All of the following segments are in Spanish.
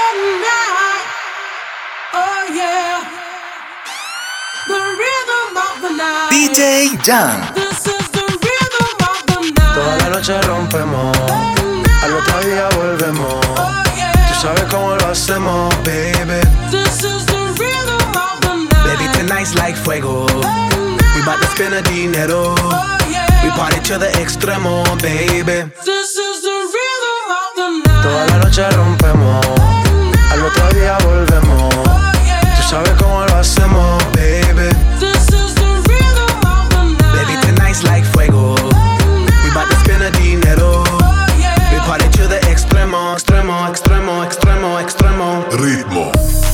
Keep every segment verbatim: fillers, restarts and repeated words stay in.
night. Oh yeah. The rhythm of the night. D J Jan. This is the rhythm of the night. Toda la noche rompemos, al otro día volvemos. Oh yeah. Tú sabes cómo lo hacemos, baby. This is the rhythm of the night. Baby, tonight's like fuego. We bout to spend a dinero. Oh yeah. We party to the extremo, baby. This is the rhythm of the night. Toda la noche rompemos, al otro día volvemos. Oh yeah. Tú sabes cómo lo hacemos, baby. This is the rhythm of the night. Baby, tonight's like fuego. We bout to spend a dinero. Oh yeah. We party to the extremo, extremo, extremo, extremo, extremo. Ritmo.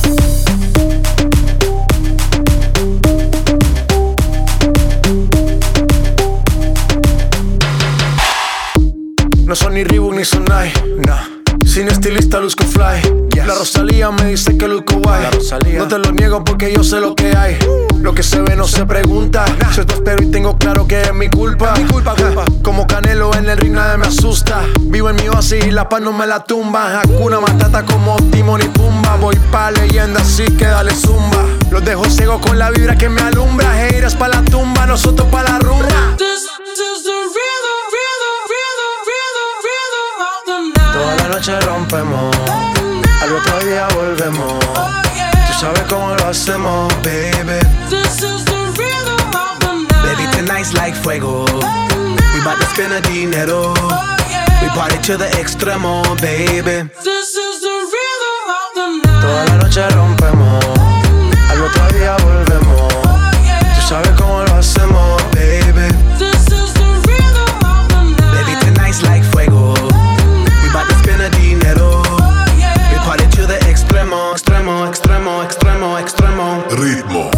No son ni Reebok ni Sonai, nah. Sin estilista luzco fly, yes. La Rosalía me dice que luzco guay. No te lo niego porque yo sé lo que hay. Lo que se ve no se pregunta, nah. Soy tu espero y tengo claro que es mi culpa, es mi culpa, culpa. Como Canelo en el ring nadie me asusta. Vivo en mi oasis y la paz no me la tumba. Hakuna Matata como Timon y Pumba. Voy pa' leyenda así que dale zumba. Los dejo ciegos con la vibra que me alumbra. Haters pa' la tumba, nosotros pa' la rumba. This is the rhythm, rhythm, rhythm, rhythm, rhythm of the night. Toda la noche rompemos, al otro día volvemos. Oh yeah. Tú sabes cómo lo hacemos, baby. This is the rhythm of the night. Baby, tonight's like fuego. We bout to spend a dinero. Oh yeah. We party to the extremo, baby. This is the rhythm of the night. Toda la noche rompemos, al otro día volvemos. Oh yeah. Tú sabes cómo lo hacemos, baby. This is the rhythm of the night. Baby, tonight's like fuego. We bout to spend a dinero. Oh yeah. We party to the extremo, extremo, extremo, extremo, extremo. Ritmo.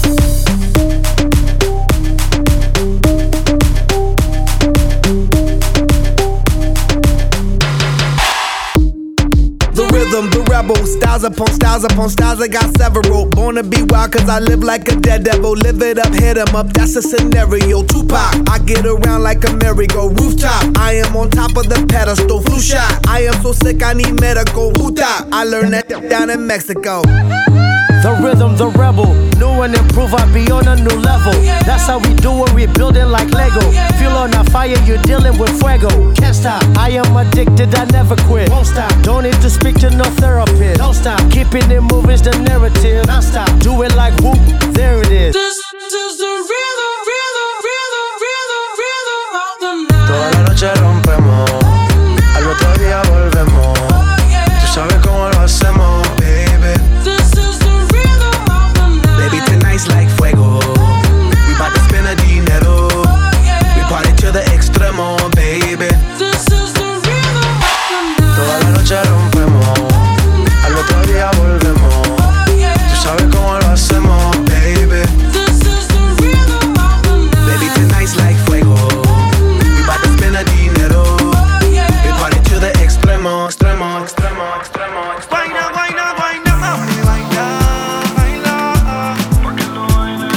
The rhythm, the rebel, styles upon styles upon styles, I got several. Born to be wild cause I live like a dead devil. Live it up, hit 'em up, that's a scenario. Tupac, I get around like a merry-go rooftop. I am on top of the pedestal, flu shot. I am so sick I need medical. Hootah, I learned that down in Mexico. The rhythm, the rebel, new and improve, I be on a new level. That's how we do it, we building like Lego. Feel on a fire, you're dealing with fuego. Can't stop, I am addicted, I never quit. Won't stop, don't need to speak to no therapist. Don't stop, keeping it moving's the narrative. Non stop, do it like whoop, there it is. This is the rhythm, rhythm, rhythm, rhythm, rhythm of the night. Toda la noche rompemos, al otro día volvemos. Oh yeah. Tú sabes cómo lo hacemos, baby. This is the rhythm of the night. Baby, tonight's like fuego. We bout to spend a dinero. Oh yeah. We party to the extremo, baby. This is the rhythm of the night. Toda la noche rompemos, al otro día volvemos. Oh yeah. Tú sabes cómo lo hacemos, baby. This is the rhythm of the night. Baby, tonight's like fuego. We bout to spend a dinero. Oh yeah. We party to the extremo, extremo, extremo, extremo, extremo. Guayna, guayna, guayna, mami, baila, baila. Porque lo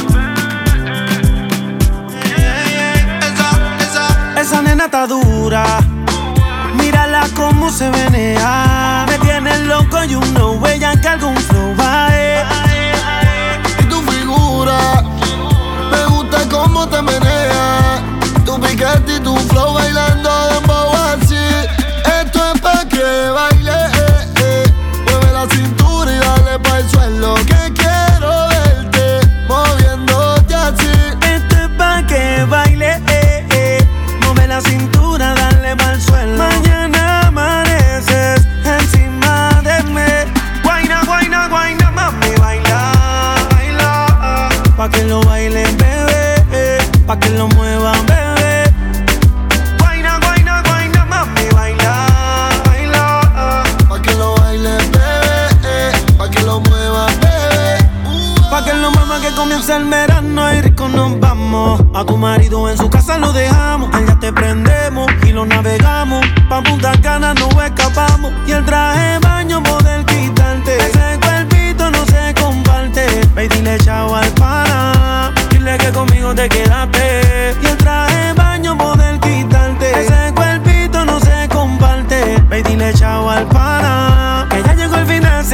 esa, esa, esa nena está dura. Mírala cómo se menea. Me tiene loco y uno huella que algún flow va. Y tu figura, me gusta cómo te menea. Tu piquete y tu flow bailando dembow así. Esto es pa' que baile, eh, eh. Mueve la cintura y dale pa'l suelo. Que quiero verte moviéndote así. Esto es pa' que baile, eh, eh. Mueve la cintura, dale pa'l suelo. Mañana amaneces encima de mí. Guayna, guayna, guayna, mami, baila, baila. Pa' que lo bailen, bebé, eh. Pa' que lo muevan, bebé. Guayna, guayna, guayna, mami, baila, baila. Pa' que lo bailes, bebé, eh. Pa' que lo muevas, bebé. Uh, Pa' que lo muevan que comienza el verano y rico nos vamos. A tu marido en su casa lo dejamos. Allá te prendemos y lo navegamos. Pa' Punta Cana no escapamos. Y el traje de baño poder quitarte. Ese cuerpito no se comparte. Ve y dile chao al pana. Dile que conmigo te quedaste. Y el traje de baño poder quitarte. Ese cuerpito no se comparte. Ve y dile chao al pana. Que ya llegó el fin de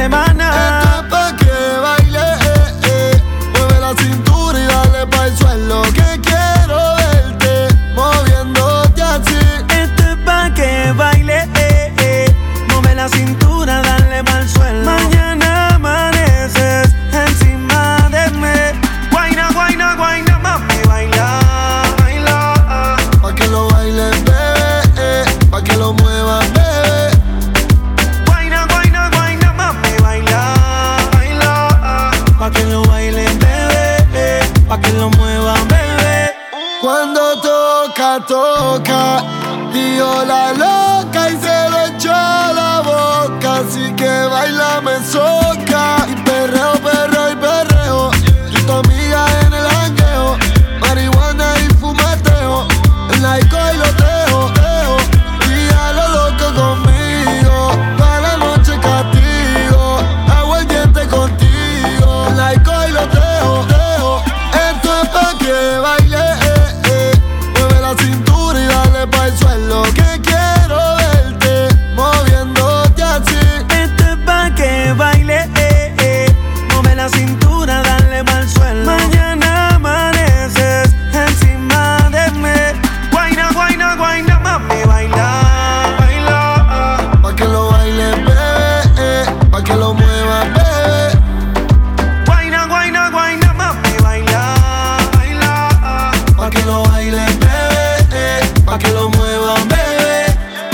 Dijo la loca y se le echó la boca. Así que bailame soca. Y perreo, perreo y perreo. Y tu amiga en el jangueo. Marihuana y fumeteo. En la disco y lo dejo, dejo. Y a lo loco conmigo. Toda la noche castigo. Hago el diente contigo. En la disco y lo dejo, dejo. Esto es pa' que baile, eh, eh. Mueve la cintura y dale pa' el suelo. Que quiero verte moviéndote así. Esto es pa' que baile, eh, eh. Mueve la cintura, dale pa'l suelo. Mañana amaneces encima de mí. Guayna, guayna, guayna, mami, baila, baila. Pa' que lo bailes, bebé, eh. Pa' que lo muevas, bebé. Guayna, guayna, guayna, mami, baila, baila. Pa' que lo bailes, bebé, eh. Pa' que lo muevas, bebé.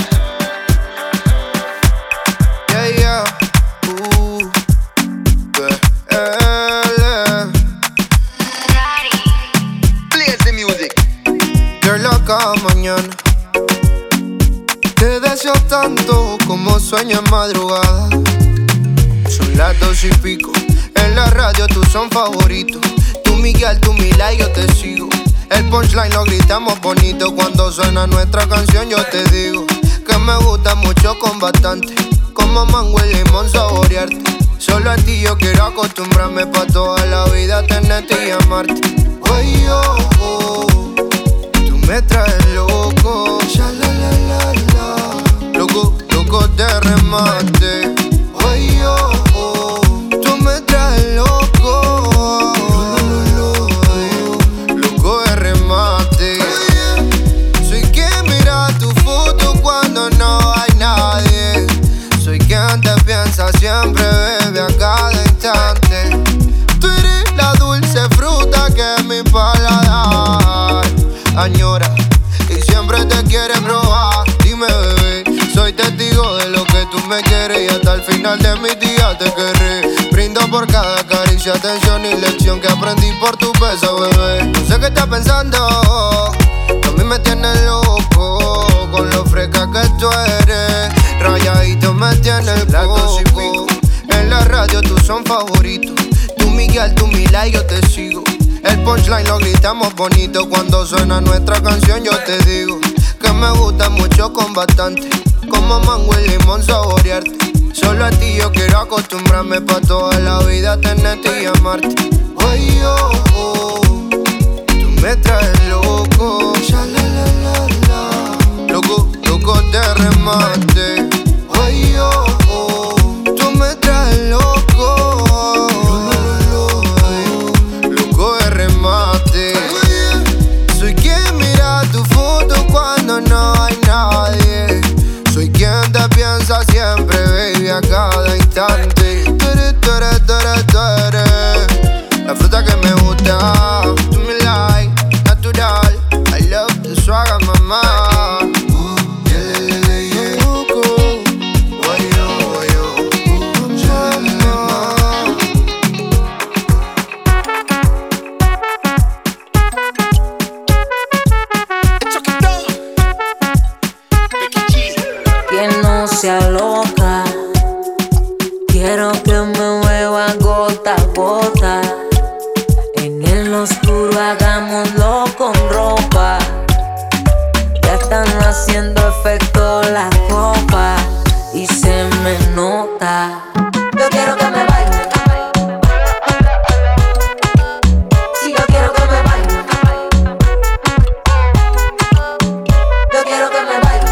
Yeah, yeah. Ooh. Yeah, yeah. Play the music. You're loca mañana. Te deseo tanto como sueño en madrugada. Son las dos y pico. En la radio tú son favoritos. Tú Miguel, tú Mila y yo te sigo. El punchline lo gritamos bonito. Cuando suena nuestra canción yo te digo que me gusta mucho con bastante. Como mango y limón saborearte. Solo a ti yo quiero acostumbrarme pa' toda la vida tenerte y amarte. Oye, oh, oh, tú me traes loco. Ya la la la la. Loco, loco de remate. Oye, oh, oh, tú me traes loco. Loco de remate. Soy quien mira tu foto cuando no hay nadie. Soy quien te piensa siempre, bebé, a cada instante. Tú eres la dulce fruta que mi paladar añora y siempre te quiere probar. Dime, bebé, soy testigo de lo que tú me quieres y hasta el final de mis días te querré. Brindo por cada caricia, atención y lección que aprendí por tu beso, bebé. No sé qué estás pensando, a mí me tienes loco con lo fresca que tú eres. Rayadito me tienes el coco. En la radio tú son favoritos. Tú Miguel, tú Mila y yo te sigo. El punchline lo gritamos bonito. Cuando suena nuestra canción yo te digo que me gusta mucho con bastante. Como mango y limón saborearte. Solo a ti yo quiero acostumbrarme pa' toda la vida tenerte y amarte. Oye, oh, oh, tú me traes loco. Ya la la la la. Loco, loco de remate. Oye, oh, oh, tú me traes loco. Loco de remate. Soy quien mira tu foto cuando no hay nadie. Soy quien te piensa siempre, baby, a cada instante. Tú eres, tú eres, tú eres, tú eres la fruta que me gusta. Tú me like, natural. I love the swagger, mamá. Sea loca, quiero que me mueva gota a gota. En el oscuro hagámoslo con ropa. Ya están haciendo efecto las copas y se me nota. Yo quiero que me baile. Si yo quiero que me baile. Yo quiero que me baile.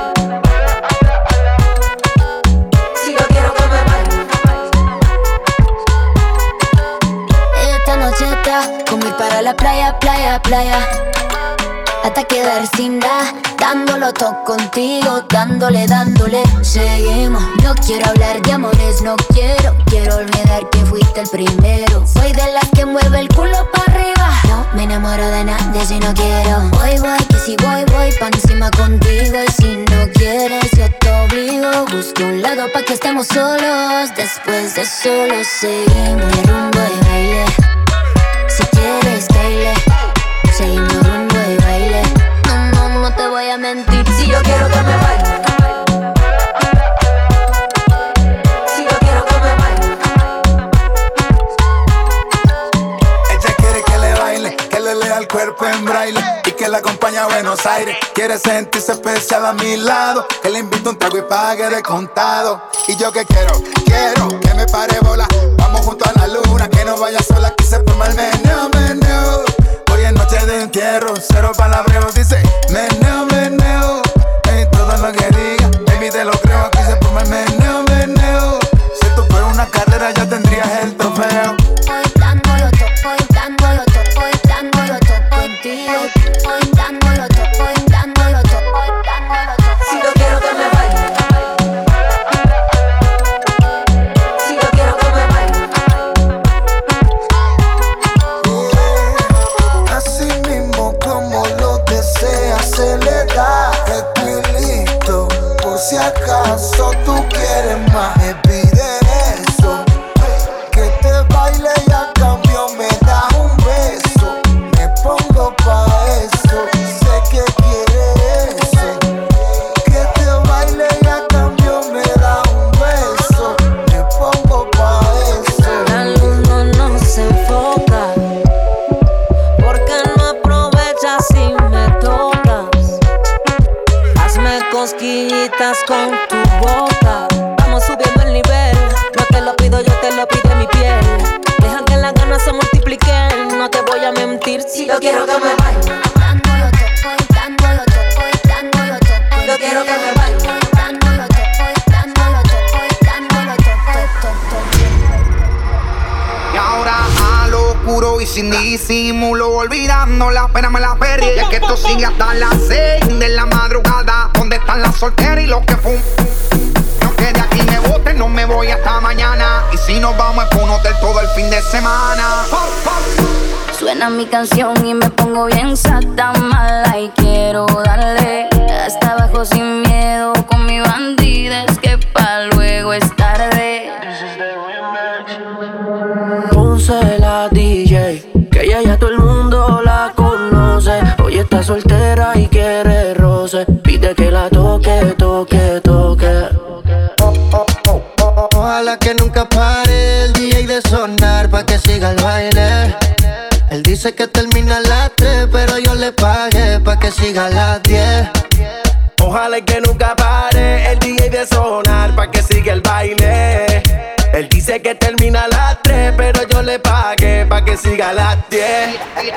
Como ir para la playa, playa, playa, hasta quedar sin nada, dándolo todo contigo, dándole, dándole. Seguimos, no quiero hablar de amores, no quiero, quiero olvidar que fuiste el primero. Soy de las que mueve el culo para arriba, no me enamoro de nadie si no quiero. Voy, voy, que si voy, voy pa' encima contigo. Y si no quieres, yo te obligo. Busco un lado pa' que estemos solos. Después de solo seguimos mi rumbo y baile. Si quieres, baile, seguimos rumbo y baile. No, no, no te voy a mentir, Si yo quiero que me baile, si yo quiero que me baile. Ella quiere que le baile, que le lea el cuerpo en braille y que la acompañe a Buenos Aires. Quiere sentirse especial a mi lado, que le invite un trago y pague de contado. Y yo que quiero, quiero que me pare bola. Vamos junto a la luna, que no vaya sola, que se forma el meneo, meneo. Hoy es noche de entierro, cero palabreos, dice meneo, meneo. En todo lo que diga, baby te lo creo, aquí se forma el meneo, meneo. Si esto fuera una carrera ya tendrías el trofeo. Hoy dándolo todo, hoy dándolo todo, hoy dándolo todo contigo. Hoy dándolo todo, hoy dándolo todo, hoy dándolo todo. Si yo quiero que me baile, si yo quiero que me baile. Así mismo como lo desea se le da. Estoy listo por si acaso tú quieres más. Me pide eso, que te baile y a cambio me da un beso. Me pongo pa' eso, sé que quieres eso. Que te baile y a cambio me da un beso. Me pongo pa' eso. La luz no nos enfoca, porque no aprovechas si me tocas. Hazme cosquillitas con tu boca. Vamos subiendo el nivel, no te lo pido, yo te lo pido en mi piel. Deja que las ganas se multipliquen, no te voy a mentir. Si yo quiero que me baile, Dándolo todo, hoy dándolo todo, hoy dándolo todo. yo quiero que me baile. Hoy dándolo todo, hoy dándolo todo, hoy dándolo todo, todo, todo. Y ahora a lo oscuro y sin disimulo, olvidando la pena me la perdí. Y es que esto sigue hasta las seis de la madrugada. ¿Dónde están las solteras y los que fum? No que de aquí me boten, no me voy hasta mañana. Y si nos vamos es por un hotel todo el fin de semana. Suena mi canción y me pongo bien sata mala y quiero darle hasta abajo sin miedo con mi bandida. Es que pa' luego es tarde. Ponce la D J, que ella ya todo el mundo la conoce. Hoy está soltera y quiere roce. Pide que la toque, toque, toque. Ojalá que nunca pare el D J de sonar pa' que siga el baile. Él dice que termina a las tres, pero yo le pagué pa' que siga a las diez. Ojalá que nunca pare el D J de sonar pa' que siga el baile. Él dice que termina a las tres, pero yo le pagué pa' que siga a las diez.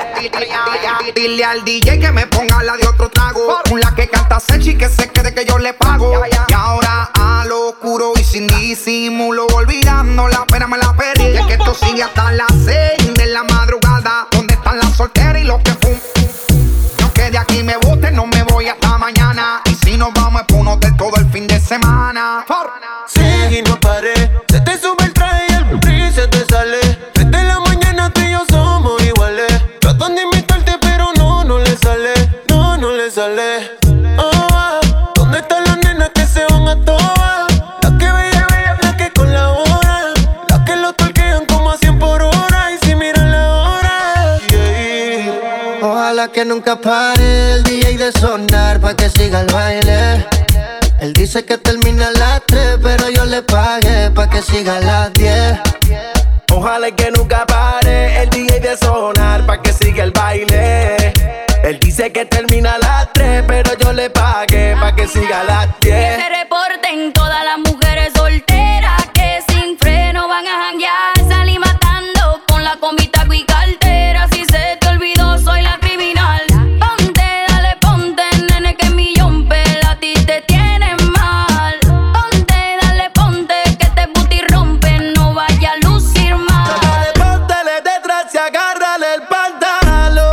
Dile al D J que me ponga la de otro trago, la que canta Sechi, que se quede que yo le pago. Y ahora a lo oscuro y sin disimulo, olvidando la pena me la perdí. Y es que esto sigue hasta las seis de la madrugada. ¿Dónde están las solteras y los que fum? No que de aquí me boten, no me voy hasta mañana. Y si nos vamos es por un hotel todo el fin de semana. Sigue y no paré, se te sube el traje y el brillo se te sale. Desde la mañana tú y yo somos iguales. Tratan de imitarte pero no, no le sale. No, no le sale. Oh, ah, ¿dónde están las nenas que se van a todas? Las que bella, bella, las que con la hora. Las que lo torquean como a cien por hora. Y si miran la hora, yeah. Ojalá que nunca pare el D J de sonar pa' que siga el baile. Él dice que termina a las tres, pero yo le pagué pa' que siga a las diez. Ojalá que nunca pare el D J de sonar pa' que siga el baile. Él dice que termina a las tres, pero yo le pagué pa' que siga a las diez. Que se reporten todas las mujeres solteras que sin freno van a janguear. Salí matando con la combi, taco y cartera. Si se te olvidó, soy la criminal. Ponte, dale, ponte, nene, que mi yompe a ti te tiene mal. Ponte, dale, ponte, que te booty rompe, no vaya a lucir mal. Dale, póntele detrás y agárrale el pantalón.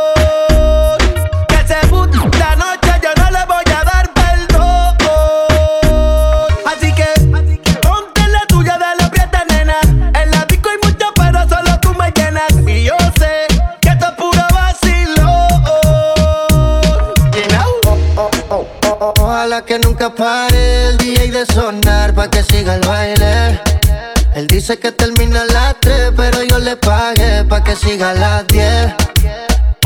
Que ese boot la noche yo no le voy a dar perdón. Así que ponte la tuya, dale, aprieta, nena. En la disco hay mucho, pero solo tú me llenas. Y yo sé que esto es puro vacilón. You know? Ojalá que nunca pare el D J de sonar pa' que siga el baile. Él dice que termina a las tres, pero yo le pagué pa' que siga a las diez.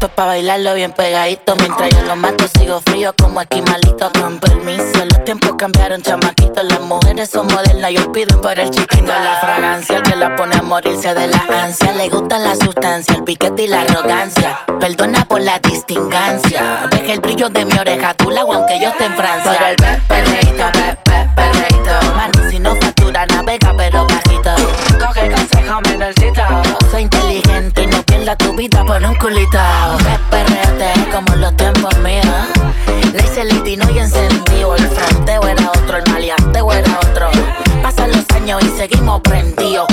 Esto es pa' bailarlo bien pegadito. Mientras yo lo mato sigo frío como esquimalito. Con permiso, los tiempos cambiaron, chamaquitos. Las mujeres son modernas y os piden por el chiquito. La fragancia, el que la pone a morirse de la ansia. Le gusta la sustancia, el piquete y la arrogancia. Perdona por la distingancia. Deja el brillo de mi oreja a tu lado aunque yo esté en Francia. Por el pe, perreíto, pe, pe, perreíto. Mano, si no factura, navega pero bajito. Coge consejo, menorcito. Soy inteligente y no pierdas tu vida por un culito. Pe, perreate como los tiempos míos. Le hice el litino y encendido. El fronteo era otro, el maleanteo era otro. Pasan los años y seguimos prendidos.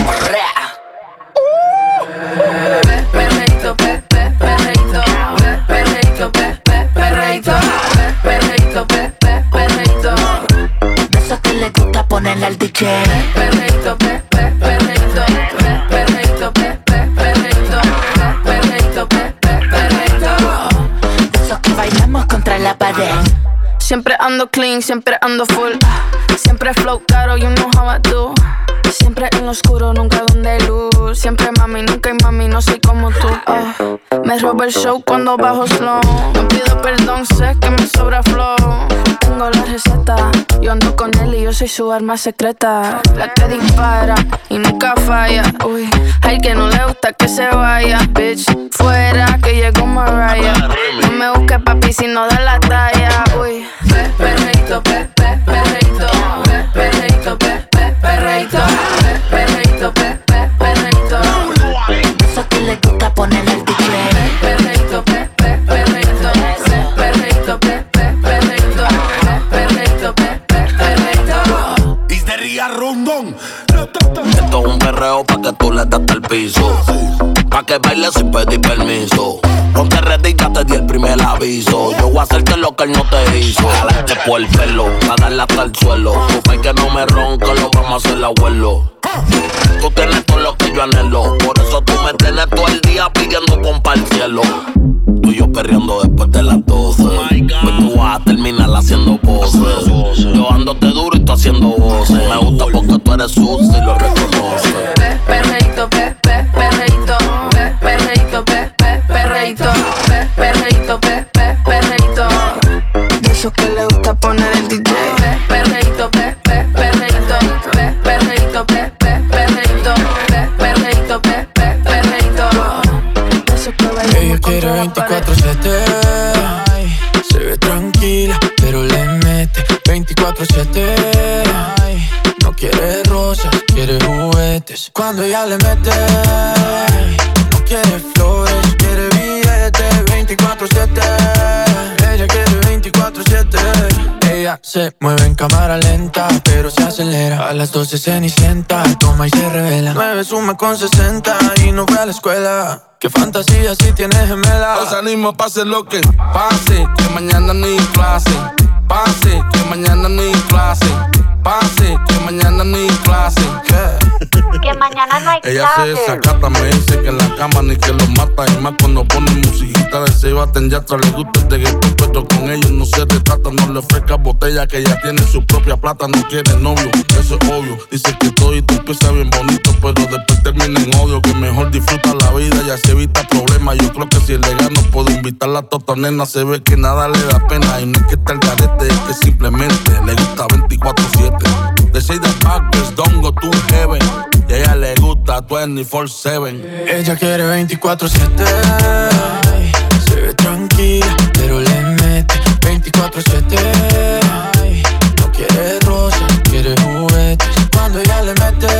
Pe, perreíto, pe, pe, perreíto. Pe, perreíto, pe, pe, perreíto. Pe, perreíto, pe, pe, perreíto. De esos que le gusta ponerle al D J. Pe, perreíto, pe, pe, perreíto. Pe, perreíto, pe, pe, perreíto. Pe, perreíto, pe, pe, perreíto. De esos que bailamos contra la pared. Siempre ando clean, siempre ando full. Siempre flow caro, you know how I do. Siempre en lo oscuro, nunca donde hay luz. Siempre mami, nunca hay mami, no soy como tú. Oh, me robo el show cuando bajo slow. No pido perdón, sé que me sobra flow. Tengo la receta, yo ando con él y yo soy su arma secreta. La que dispara y nunca falla. Uy, al que no le gusta que se vaya. Bitch, fuera que llegó Mariah. No me busques papi si no da la talla. Uy, pe, perreíto, pe, pe, perreíto. Pe, perreíto, pe, pe, perreíto. Pe, perreíto, pe, pe, perreíto. Eso que le gusta ponerle el D J. Pe, perreíto, pe, pe, perreíto. Pe, perreíto, pe, pe, perreíto. Pe, perreíto, pe, pe, perreíto. Desde Ría Rondón. Esto es un perreo pa' que tú le das al piso. Pa' que bailes sin pedir permiso. Ponte ready, ya te di el primer aviso. Yo voy a hacerte lo que él no te hizo. Jalarte por el pelo, pa' darle hasta el suelo. Tu pa' que no me ronca, lo vamos a hacer abuelo. Tú tienes todo lo que yo anhelo. Por eso tú me tienes todo el día pidiendo pompa al cielo. Tú y yo perreando después de las doce. Pues tú vas a terminar haciendo poses. Yo ándote duro y tú haciendo voces. Me gusta porque tú eres sucia y lo reconoces. Pe, perreíto, pe, pe, perreíto. Pe, perreíto, pe, pe, perreíto. Pe, perreíto, pe, pe, perreíto. de esos que le gusta poner el D J. Pe, perreíto, pe, pe, perreíto. Pe, perreíto, pe, pe, perreíto. Pe, perreíto, pe, pe, perreíto. De esos que bailan. Ella quiere veinticuatro siete. Se ve tranquila, pero le mete veinticuatro siete. No quiere rosas, quiere juguetes. Cuando ella le mete, no quiere flores, quiere billetes. veinticuatro siete. Ella quiere veinticuatro siete. Ella se mueve en cámara lenta, pero se acelera. A las doce cenicienta, toma y se revela. nueve suma con sesenta y no fue a la escuela. Qué fantasía si tienes gemela. Os animo, pase lo que pase, que mañana ni clase. Pase, que mañana ni clase. Pase, que mañana ni clase. ¿Qué? Que mañana no hay Ella clase. se desacata, me dice que en la cama ni que lo mata. Y más cuando pone musiquita de se baten ya le gusta el de que pero con ellos no se retrata. No le ofrezca botella que ella tiene su propia plata. No quiere novio, eso es obvio. Dice que todo y tú empieza bien bonito, pero después termina en odio. Que mejor disfruta la vida y así evita problemas. Yo creo que si le gano puedo invitarla a tota nena. Se ve que nada le da pena. Y no es que esté el garete, es que simplemente le gusta veinticuatro siete. They say the backers don't go to heaven. Y a ella le gusta veinticuatro siete. Ella quiere veinticuatro siete. Se ve tranquila, pero le mete veinticuatro siete. No quiere rosas, quiere juguetes. Cuando ella le mete,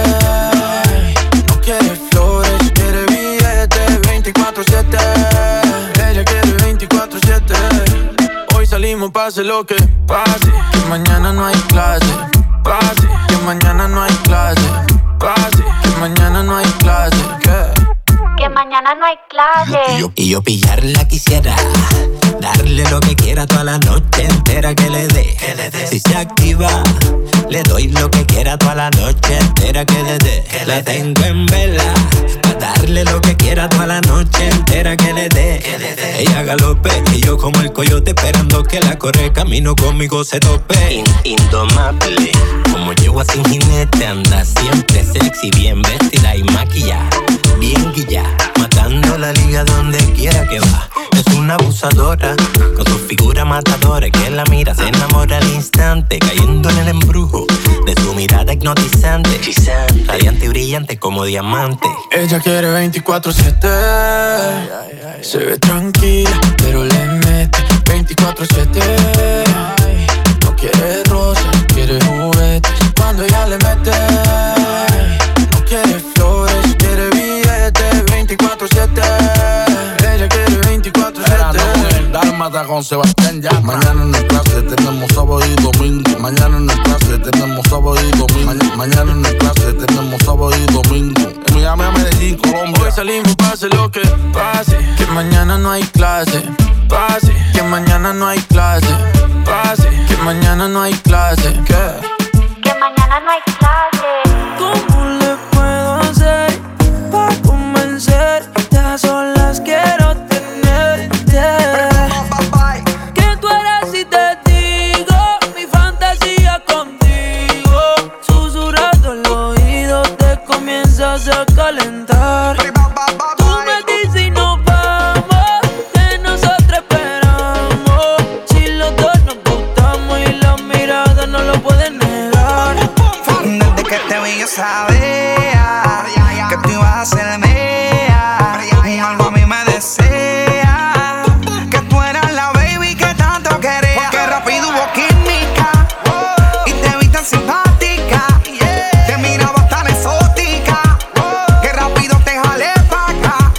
no quiere flores, quiere billetes. veinticuatro siete. Ella quiere veinticuatro siete. Hoy salimos, pase lo que pase. Que mañana no hay clase. Pase, que mañana no hay clase. Pase, que mañana no hay clase. ¿Qué? Que mañana no hay clase. Y yo, y yo pillarla quisiera, darle lo que quiera toda la noche entera que le dé. Si se activa, le doy lo que quiera toda la noche entera que le dé. La tengo en vela, pa' darle lo que quiera toda la noche entera que le dé. Ella galope y yo como el coyote esperando que la corre camino conmigo se tope. In- indomable, como yegua sin jinete, anda siempre sexy, bien vestida y maquillada, bien guilla, matando la liga donde quiera que va. Es una abusadora, con su figura matadora, que la mira se enamora al instante, cayendo en el embrujo de su mirada hipnotizante, radiante y brillante como diamante. Ella quiere veinticuatro siete, se ve tranquila, pero le mete veinticuatro siete. No quiere rosas, quiere juguetes. Cuando ella le mete, no quiere flores, quiere billetes. Veinticuatro siete, ella quiere veinticuatro siete. Dálmata con Sebastián ya. Mañana en el clase tenemos sábado y domingo. Mañana en el clase tenemos sábado y domingo. Ma- mañana en el clase tenemos sábado y domingo. En Miami, a Medellín, Colombia. Hoy salimos, pase lo que pase. Que mañana no hay clase. Pase. Que mañana no hay clase. Pase. Que mañana no hay clase. ¿Qué? Que mañana no hay clase. ¿Cómo le puedo hacer para convencerte? A solas quiero tenerte. Que tú eres y te digo mi fantasía contigo. Susurrando el oído te comienzas a calentar. Tú me dices y nos vamos, que nosotros esperamos. Si los dos nos gustamos y la mirada no lo pueden negar. Desde que te vi yo sabía que tú ibas a ser mía. Algo a mí me desea, que tú eras la baby que tanto quería. Porque rápido hubo química y te vi tan simpática. Te miraba tan exótica, que rápido te jalé pa' acá.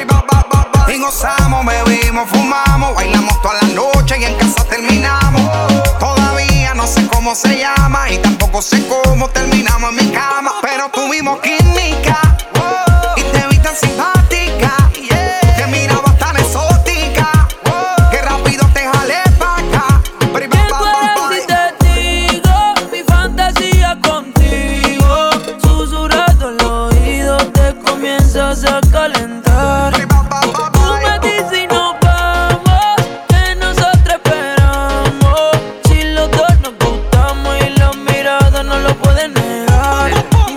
Y gozamos, bebimos, fumamos, bailamos toda la noche y en casa terminamos. Todavía no sé cómo se llama y tampoco sé cómo terminamos en mi cama, pero tuvimos química y te vi tan simpática. Te mirabas tan exótica, que rápido te jalé pa' acá. Que tú eres y te digo mi fantasía contigo. Susurrando el oído te comienzas a calentar. Tú me dices y nos vamos, que nosotros esperamos. Si los dos nos gustamos y la mirada no lo pueden negar.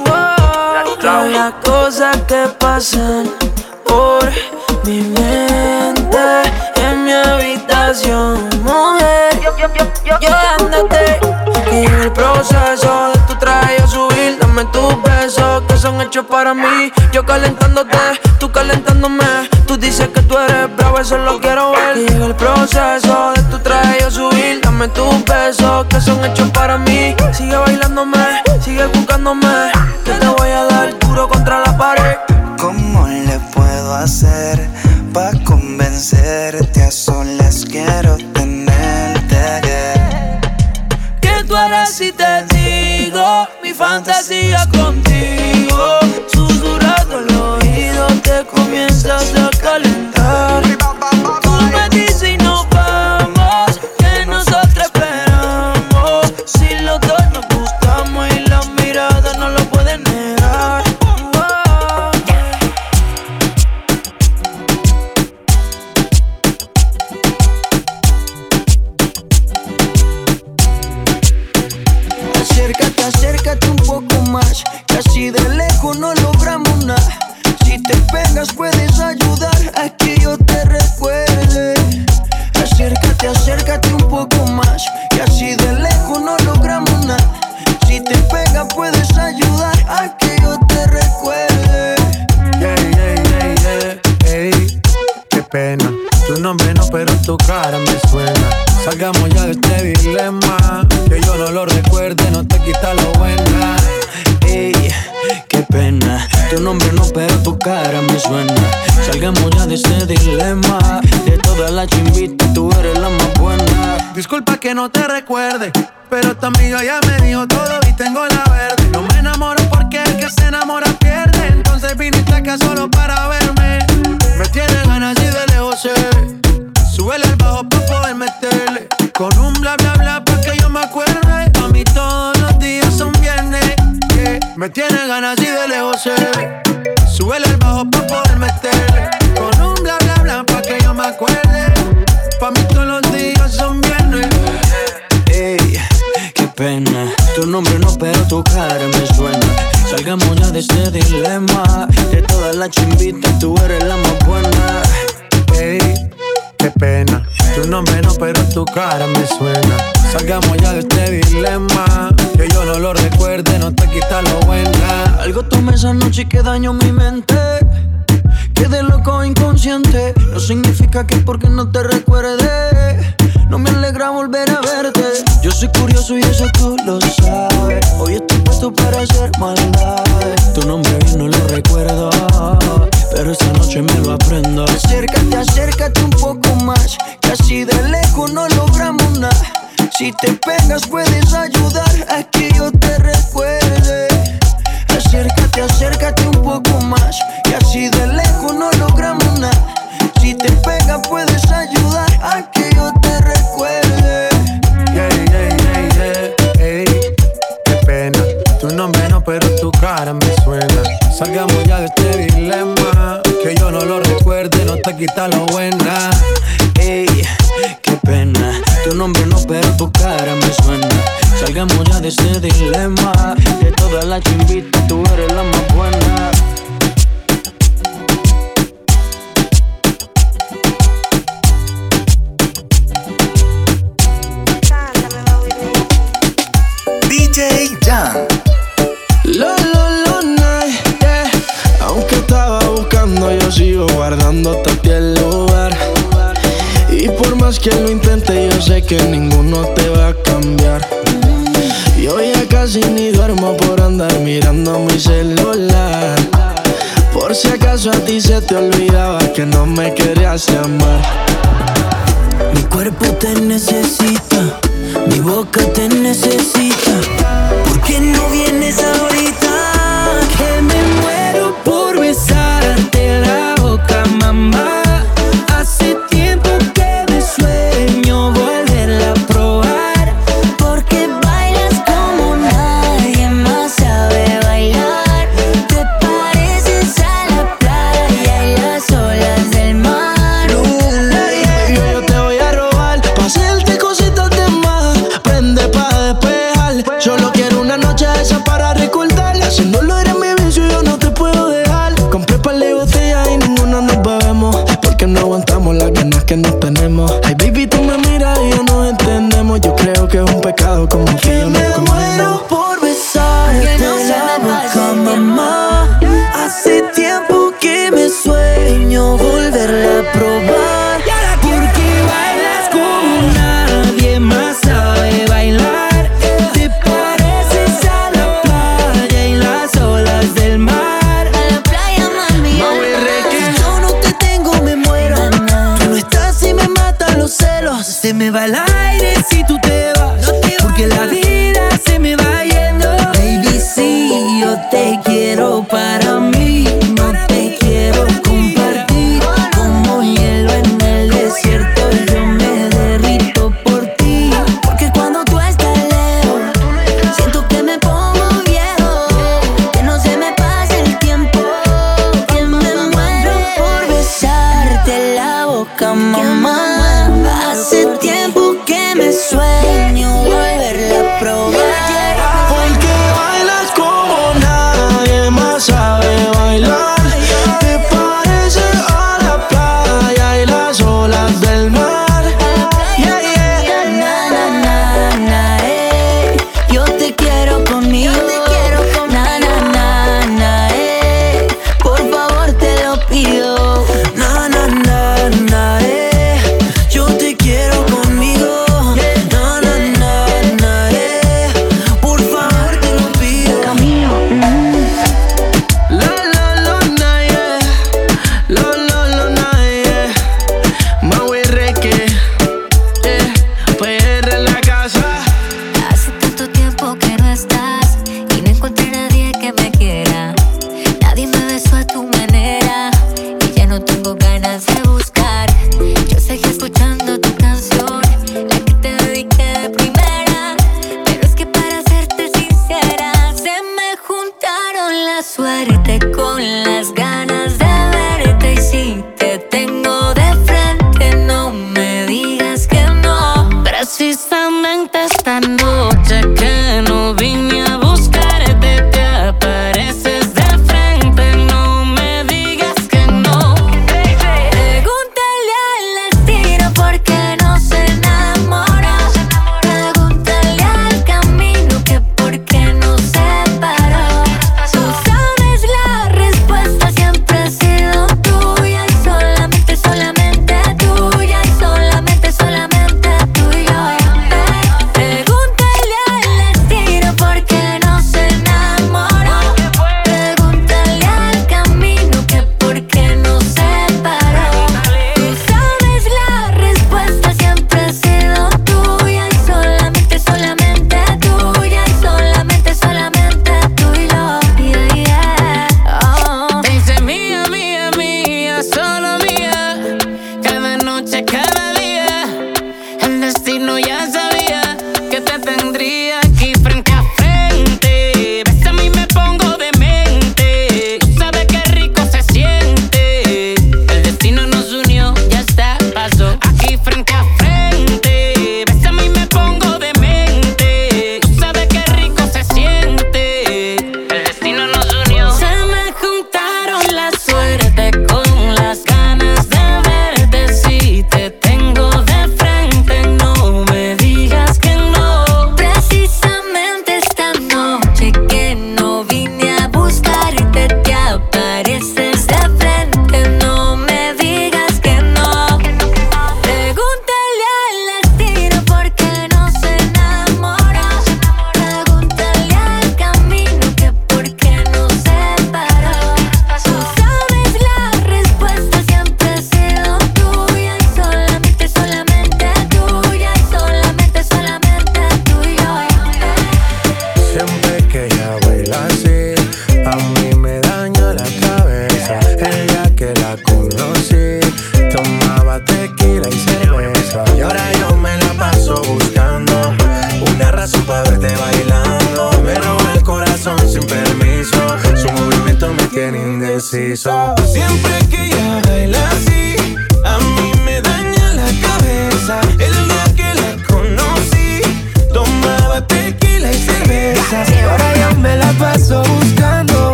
Wow, las cosas que pasan por mi mente en mi habitación, mujer. Yo dándote y en el proceso de tu traje a subir, dame tus besos que son hechos para mí. Yo calentándote, tú calentándome. Tú dices que tú eres bravo, eso lo quiero ver. Y en el proceso de tu traje a subir, dame tus besos que son hechos para mí. Sigue bailándome, sigue buscándome, que te voy a dar duro contra la pared. ¿Cómo le puedo hacer pa' convencerte? A solas quiero tenerte. Que tú eres y te digo mi fantasía contigo. Susurrando el oído te comienzas a calentar. Tú me dices y nos vamos, que nosotros esperamos. Si los dos nos gustamos y la mirada no lo pueden negar. Acércate, acércate un poco más, que así de lejos no logramos nada. Si te pegas puedes ayudar a que yo te recuerde. Acércate, acércate un poco más, que así de lejos no logramos nada. Si te pegas puedes ayudar a que yo te recuerde. Yeah, yeah, yeah, yeah, ey, qué pena. Tu nombre no, pero tu cara me suena. Salgamos ya de este dilema, que yo no lo recuerde, no te quita lo buena. Ey, qué pena. Tu nombre no, pero tu cara me suena. Salgamos ya de este dilema. De todas las chimbitas, tú eres la más buena. Disculpa que no te recuerde, pero tu amiga ya me dijo todo y tengo la verde. No me enamoro porque el que se enamora pierde. Entonces viniste acá solo para verme. Me tienes ganas y de lejos se ve. Súbele al bajo pa' poder meterle. Con un bla bla bla pa' que yo me acuerde. A mí todos los días son viernes, yeah. Me tiene ganas y de lejos se ve. Súbele al bajo pa' poder meterle. Con un bla bla bla pa' que yo me acuerde. Pa' mí todos los días son viernes. Ey, qué pena. Tu nombre no, pero tu cara me suena. Salgamos ya de este dilema. De todas las chimbitas, tú eres la más buena. Ey, qué pena. Tu nombre no, pero tu cara me suena. Salgamos ya de este dilema. Que yo no lo recuerde, no te quita lo buena. Algo tomé esa noche y que dañó mi mente. Quedé loco inconsciente. No significa que porque no te recuerde no me alegra volver a verte. Yo soy curioso y eso tú lo sabes. Hoy estoy puesto para hacer maldades. Tu nombre bien no lo recuerdo, pero esta noche me lo aprendo. Acércate, acércate un poco más, que así de lejos no logramos nada. Si te pegas puedes ayudar a que yo te recuerde. Acércate, acércate un poco más, y así de lejos no logramos nada. Si te pegas puedes ayudar a que yo te recuerde. Yeah, yeah, yeah, yeah, hey, qué pena. Tu nombre no, pero tu cara me suena. Salgamos ya de este dilema. Que yo no lo recuerde, no te quita lo buena. Ey, qué pena. Tu nombre no, pero tu cara me suena. Salgamos ya de este dilema. De todas las chimbitas, tú eres la más buena. D J Jan. Lo, lo, lo, night, yeah. Aunque estaba buscando, yo sigo guardándote a ti el lugar. Y por más que lo intente, yo sé que ninguno te va a cambiar. Yo ya casi ni duermo por andar mirando mi celular. Por si acaso a ti se te olvidaba que no me querías llamar. Mi cuerpo te necesita, mi boca te necesita. ¿Por qué no vienes ahorita? Que me muero por besarte la boca, mamá. Hace tiempo que me sueño volverla a probar. Porque bailas como nadie más sabe bailar. Te pareces a la playa y las olas del mar. Yo, yo te voy a robar, pa' hacerte cositas de más. Prende pa' despejar. Solo quiero una noche esa para recordar. Haciéndolo eres mi vicio, yo no te puedo dejar. Compré par de botellas y ninguna nos bebemos. Porque no aguantamos las ganas que nos tenemos. Ay, baby, tú me miras y ya nos entendemos. Yo creo que es un pecado como que yo no me muero por besarte la boca, mamá. Hace tiempo que me sueño volverla a probar. Porque bailas como nadie más sabe bailar. Te pareces a la playa y las olas del mar. A la playa, mami. Yo no te tengo, me muero. Tú no estás y me matan los celos. Se me va el aire si tú te vas. Porque la vida se me va yendo. Baby, si yo te quiero para mí, no te quiero compartir. Como hielo en el desierto, yo me derrito por ti. Porque cuando tú estás lejos, siento que me pongo viejo. Que no se me pase el tiempo. Que me muero por besarte la boca, mamá. Hace tiempo que me sueño volverla a probar. Porque bailas como nadie más sabe bailar. Te pareces a la playa y las olas del mar. Yeah, yeah. Na, na, na, na, eh. Yo te quiero conmigo. Na, na, na, na, eh. Por favor te lo pido. Na, na, na, na, eh. Yo te quiero conmigo. Na,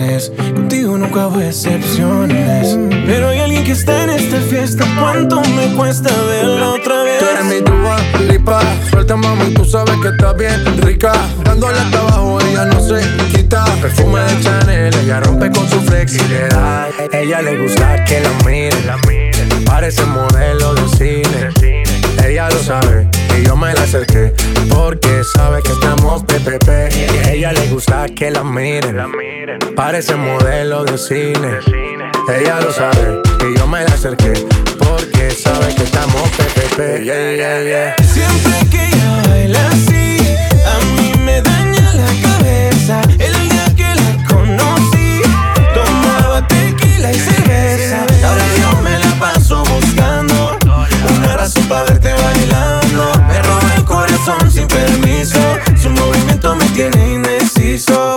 razones. Contigo nunca hubo excepciones. Pero hay alguien que está en esta fiesta. ¿Cuánto me cuesta verla otra vez? Tú eres mi Dua Lipa. Suelta, mami, tú sabes que estás bien rica. Dándole hasta abajo, ella no se quita. Perfume de Chanel, ella rompe con su flexibilidad. Ella le gusta que la miren. Parece modelo de cine. Ella lo sabe y yo me la acerqué porque sabe que estamos P P P. Y a ella le gusta que la miren. Parece modelo de cine. Ella lo sabe y yo me la acerqué porque sabe que estamos P P P. Yeah, yeah, yeah. Siempre que ella baila así, a mí me daña la cabeza. El día que la conocí, tomaba tequila y cerveza. Ahora yo me la paso buscando una razón para verte bailando. Me roba el corazón sin permiso. Su movimiento me tiene indeciso.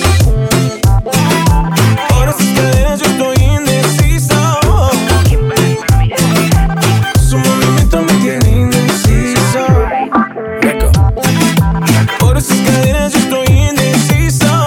Ahora sus caderas yo estoy indeciso. Su movimiento me tiene indeciso. Ahora sus caderas yo estoy indeciso.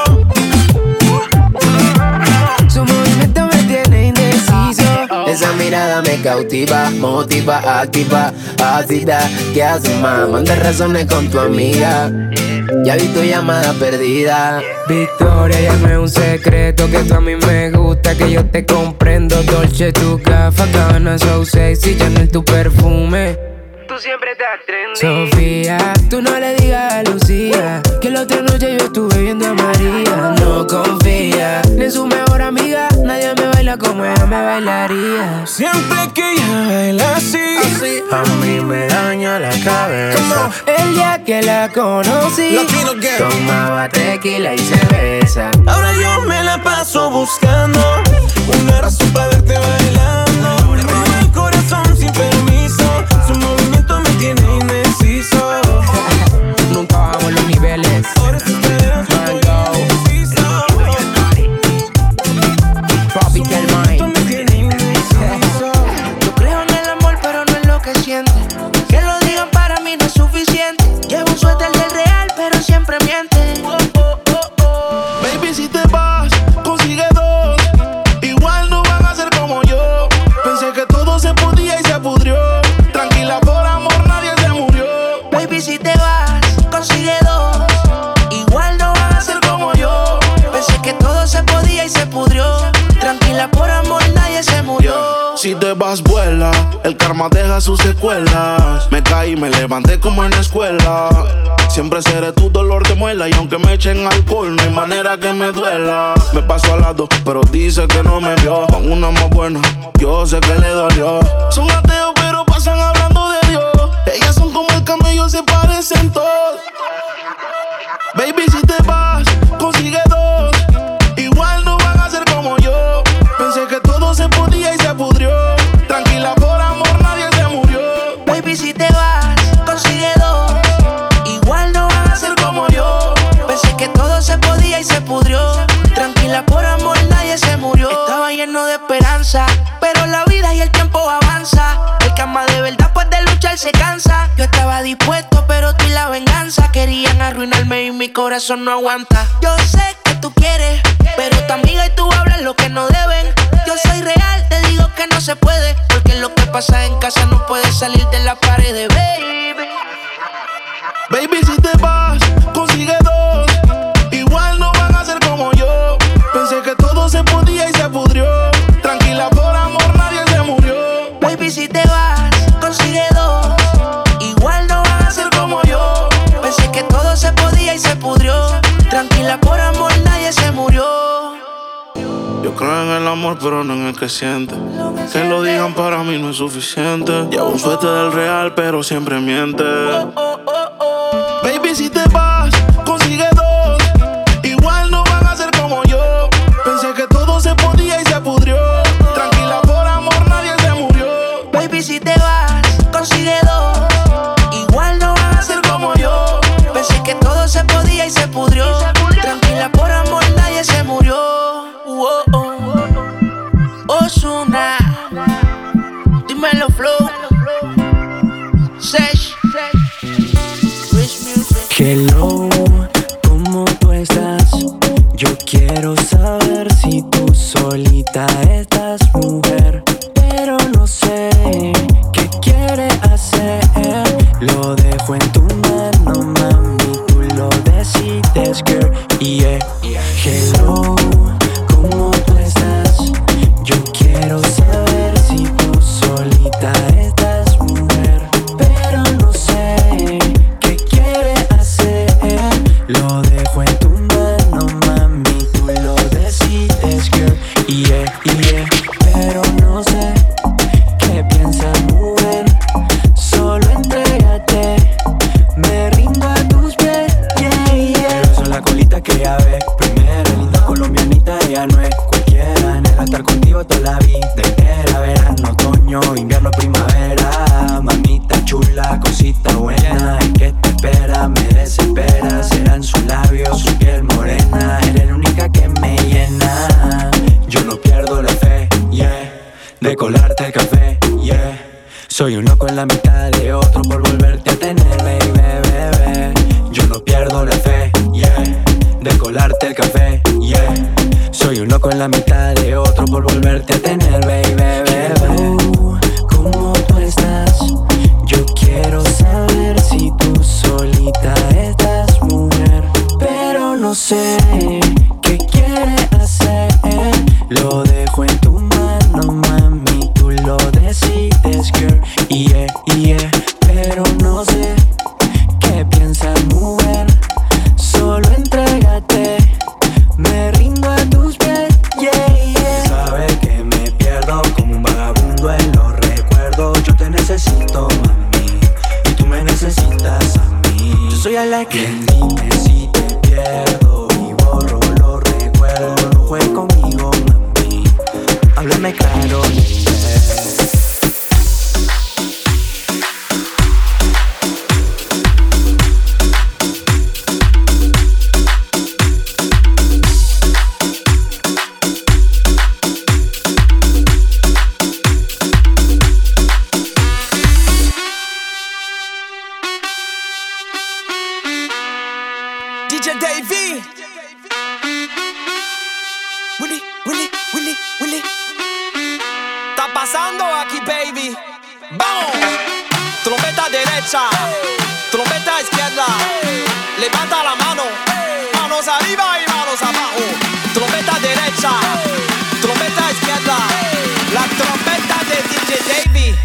Su movimiento me tiene indeciso. Esa mirada me cautiva, motiva, activa, ácida. ¿Qué haces, más? Manda razones con tu amiga. Ya vi tu llamada perdida. Victoria, ya no es un secreto que tú a mí me gusta, que yo te comprendo. Dolce, tu gafa, Gabbana, so sexy, Chanel, tu perfume. Tú siempre estás trendy. Sofía, tú no le digas a Lucía que la otra noche yo estuve viendo a María. No confía ni en su mejor amiga. Nadie me baila como ella me bailaría. Siempre que ella baila así, así. A mí me daña la cabeza. El día que la conocí, tomaba tequila y cerveza. Ahora yo me la paso buscando una razón para verte bailando. Me roba el corazón sin permiso. Su movimiento me tiene indeciso. Nunca bajamos los niveles. Mango, Tropical Mind. Yo creo en el amor pero no en lo que siente. Que lo digan para mí no es suficiente. Llevo un suéter del real pero siempre miente. Oh, oh, oh, oh. Baby, si te vas, consigue dos. Igual no van a ser como yo. Pensé que todo se podía y se pudrió. Tranquila, por amor nadie se murió. Baby, si te vas, consigue dos. Igual no van a ser como yo. Pensé que todo se podía y se pudrió. Tranquila, por amor nadie se murió. Si te vas, vuela. El karma deja sus secuelas. Me caí, me levanté como en la escuela. Siempre seré tu dolor de muela. Y aunque me echen alcohol, no hay manera que me duela. Me paso al lado, pero dice que no me vio. Con una más buena, yo sé que le dolió. Son ateos, pero pasan hablando de Dios. Ellas son como el camello, se parecen todos. Baby, si te vas, consigue dos. Igual no van a ser como yo. Pensé que todo se podía y se pudrió. Tranquila, por amor nadie se murió. Baby, si te vas, consigue dos. Igual no van a ser como yo. Pensé que todo se podía y se pudrió. Tranquila, por amor nadie se murió. Estaba lleno de esperanza, pero la vida y el tiempo avanza. El que ama de verdad pues de luchar se cansa. Yo estaba dispuesto, pero tú y la venganza querían arruinarme y mi corazón no aguanta. Yo sé que tú quieres, pero tu amiga y tú hablan lo que no deben. Yo soy real, te digo que no se puede, porque lo que pasa en casa no puede salir de la pared, baby. Baby, si te vas, consigue dos. Igual no van a ser como yo. Pensé que todo se podía y se pudrió. Tranquila, por amor nadie se murió. Baby, si te vas, consigue dos. Igual no van a ser como yo. Pensé que todo se podía y se pudrió. Tranquila, por amor nadie se murió. Yo creo en el amor, pero no en el que siente. Que lo digan para mí no es suficiente. Llevo un suéter del real, pero siempre miente. Baby, si te vas, consigue dos. Igual no van a ser como yo. Pensé que todo se podía y se pudrió. Tranquila, por amor nadie se murió. Baby, si te vas, consigue dos. Igual no van a ser como yo. Pensé que todo se podía y se pudrió. Tranquila, por amor nadie se murió. Oh, oh. Ozuna, dímelo flow. Sesh, Rich Music. Hello, ¿cómo tú estás? Yo quiero saber si tú solita estás mujer, pero no sé qué quiere hacer. Lo dejo en tu mano, mami, tú lo decides, girl. Yeah, hello, ¿cómo tú estás? Yo quiero saber si tú solita estás mujer, pero no sé qué quiere hacer. Lo dejo en tu mano, mami, tú lo decides, girl. Yeah, yeah, pero no sé qué piensas mover. Solo entrégate, me rindo a tus pies, yeah, yeah. Pero son la colita que ya ve. Primera, linda colombianita, ella no es cualquiera. Anhela estar contigo toda la vida entera. Verano, otoño, invierno, primavera. Mamita chula, cosita buena. ¿Y qué te espera? Me desespera. Serán sus labios, su piel morena. Eres la única que me llena. Yo no pierdo la fe, yeah, de colarte el café, yeah. Soy un loco en la mitad de otro por volverte a tener, baby, bebé. Yo no pierdo la fe, yeah, de colarte el café, yeah. Soy un loco en la mitad de otro por volverte a tener, baby, bebé. ¿Cómo tú estás? Yo quiero saber si tú solita estás mujer, pero no sé qué quiere hacer. Lo dejo en tu mano, mami, tú lo decides, girl. Yeah, yeah, pero no sé qué piensas mover. Solo entrégate, me rindo a tus pies, yeah, yeah. Sabes que me pierdo como un vagabundo en los recuerdos. Yo te necesito, mami, y tú me necesitas a mí. Yo soy a la que dime si te pierdo y borro los recuerdos. No juegues conmigo, mami, háblame claro, D J Davey. Willy, Willy, Willy, Willy. Está pasando aquí, baby. Vamos. Trompeta derecha, trompeta izquierda. Levanta la mano, manos arriba y manos abajo. Trompeta derecha, trompeta izquierda. La trompeta de D J Davey.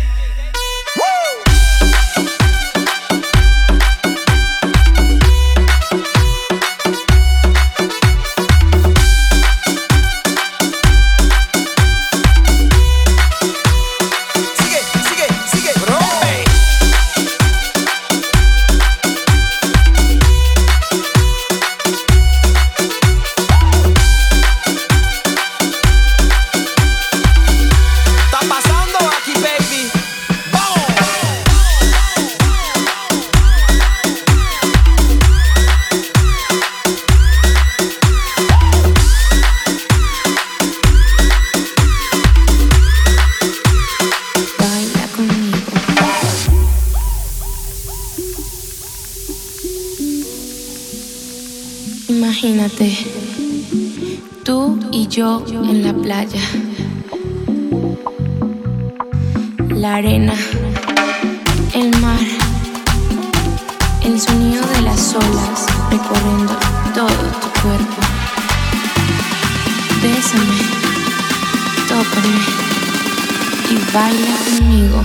Imagínate, tú y yo en la playa, la arena, el mar, el sonido de las olas recorriendo todo tu cuerpo. Bésame, tócame y baila conmigo.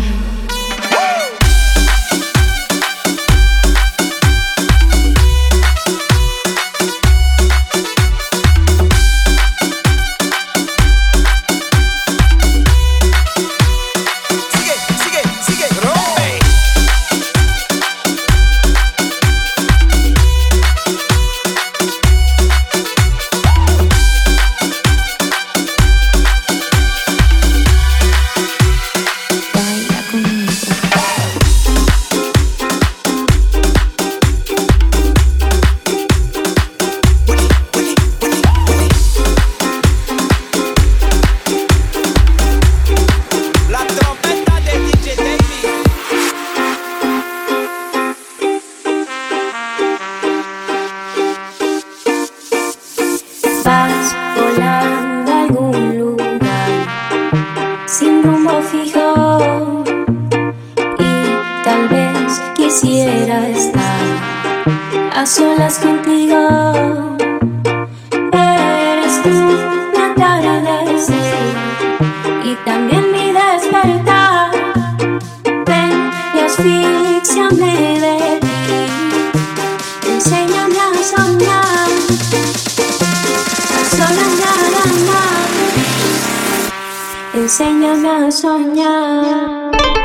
a solas contigo. Eres tú mi atardecer y también mi despertar. Ven y asfixiame de ti. Enséñame a soñar, a soñar, enséñame a soñar.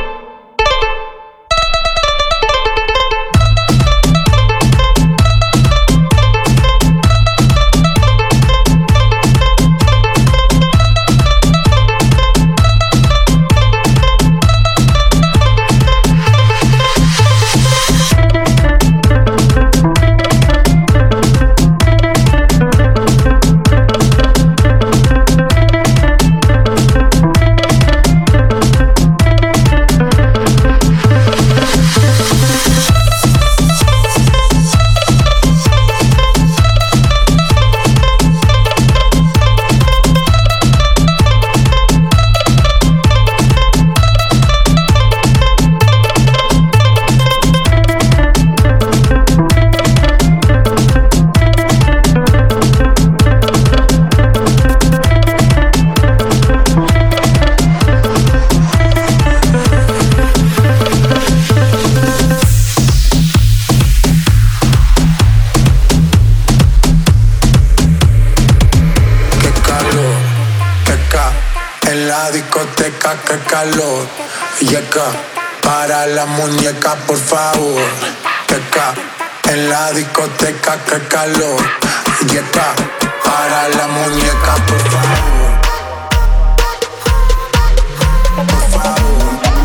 Qué calor, yeca, para la muñeca por favor. Yeca, en la discoteca, qué calor, yeca, para la muñeca por favor. Por favor.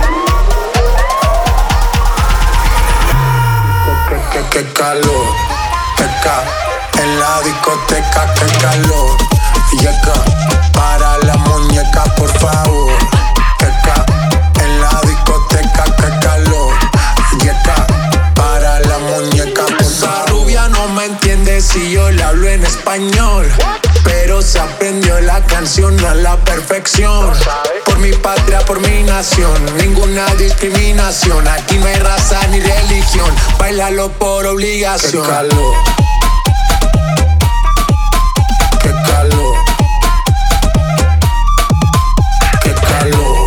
Qué, qué, qué calor, yeca, en la discoteca, qué calor, yeca, para la muñeca por favor. En la discoteca, qué calor, yeca, para la muñeca. Esa rubia no me entiende si yo le hablo en español, pero se aprendió la canción a la perfección. Por mi patria, por mi nación, ninguna discriminación. Aquí no hay raza ni religión, bailalo por obligación. Qué calor, qué calor, qué calor.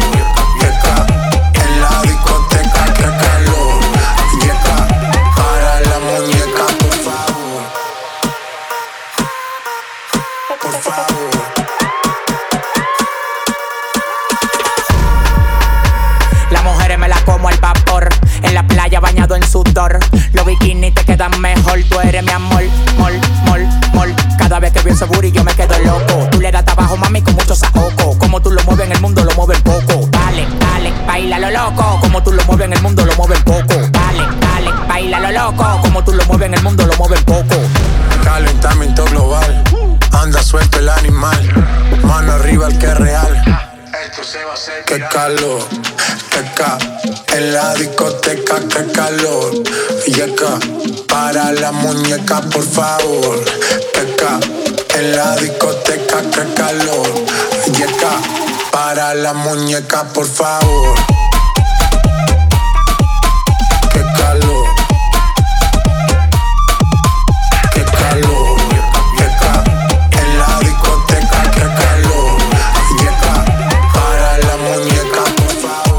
Bañado en sudor, los bikinis te quedan mejor. Tú eres mi amor, mol, mol, mol. Cada vez que veo ese booty yo me quedo loco. Tú le das trabajo, mami, con mucho saoco. Como tú lo mueves en el mundo, lo mueves poco. Dale, dale, baila lo loco. Como tú lo mueves en el mundo, lo mueves poco. Dale, dale, baila lo loco. Como tú lo mueves en el mundo, lo mueves poco. Calentamiento global, anda suelto el animal. Mano arriba el que es real. Esto se va a hacer. Qué calor, qué ca. En la discoteca, qué calor, yeca, para la muñeca por favor. Yeca, en la discoteca, qué calor, yeca, para la muñeca por favor. Qué calor, qué calor, yeca, en la discoteca, qué calor, yeca, para la muñeca por favor.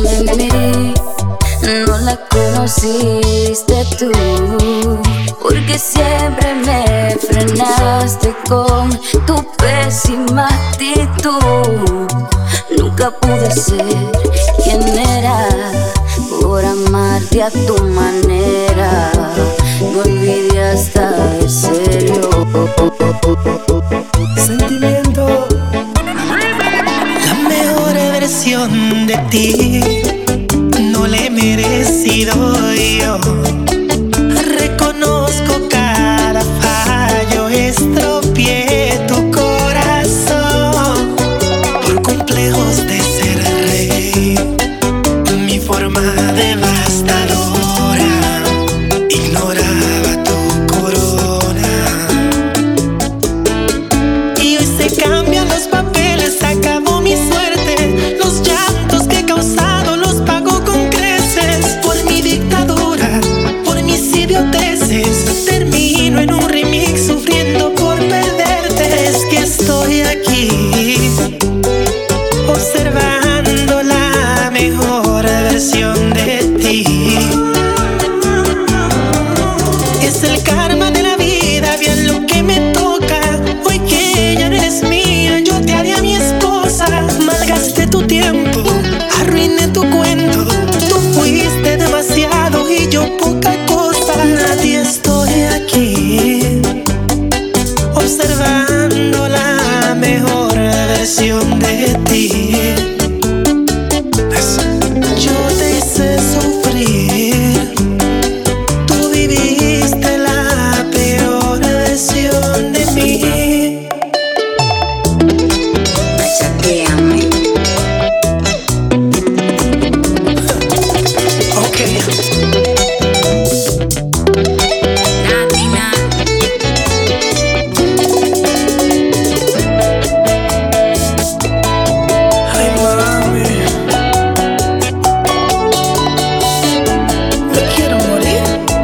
conociste tú, porque porque siempre me frenaste con tu pésima actitud. Nunca pude ser quien era por amarte a tu manera. No olvidé hasta de serio. Sentimiento. La mejor versión de ti no le he merecido yo. Reconozco cada fallo, estropeé tu corazón por complejos de ser rey. Mi forma devastadora ignoraba tu corona. Y hoy se cambian los papeles, acabó mi suerte. Los llantos que he causado los pago con creces. Por mi dictadura, por mis idioteces, termino en un remix sufriendo por perderte. Es que estoy aquí observando la mejor versión de ti. Es el karma de la vida, bien lo que me toca. Hoy que ya no eres mía, yo te haré a mi esposa. Malgasté tu tiempo, arruiné tu cuento. Tú fuiste demasiado y yo poca cosa. Nadie estoy aquí observando la mejor versión de ti. Yo te hice sufrir, tú viviste la peor versión de mí. Machateame. Ok. Natina. Ay, mami, me quiero morir.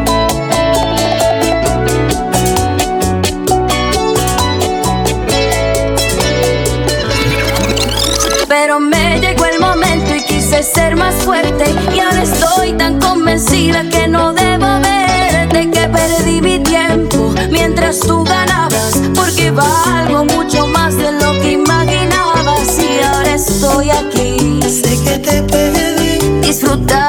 Pero me llegó el momento y quise ser más fuerte. Y ahora estoy tan convencida que no debo verte, que perdí mi tiempo mientras tú ganabas, porque valgo mucho más de lo que imaginabas. Y ahora estoy aquí, Sé que te perdí, disfrutando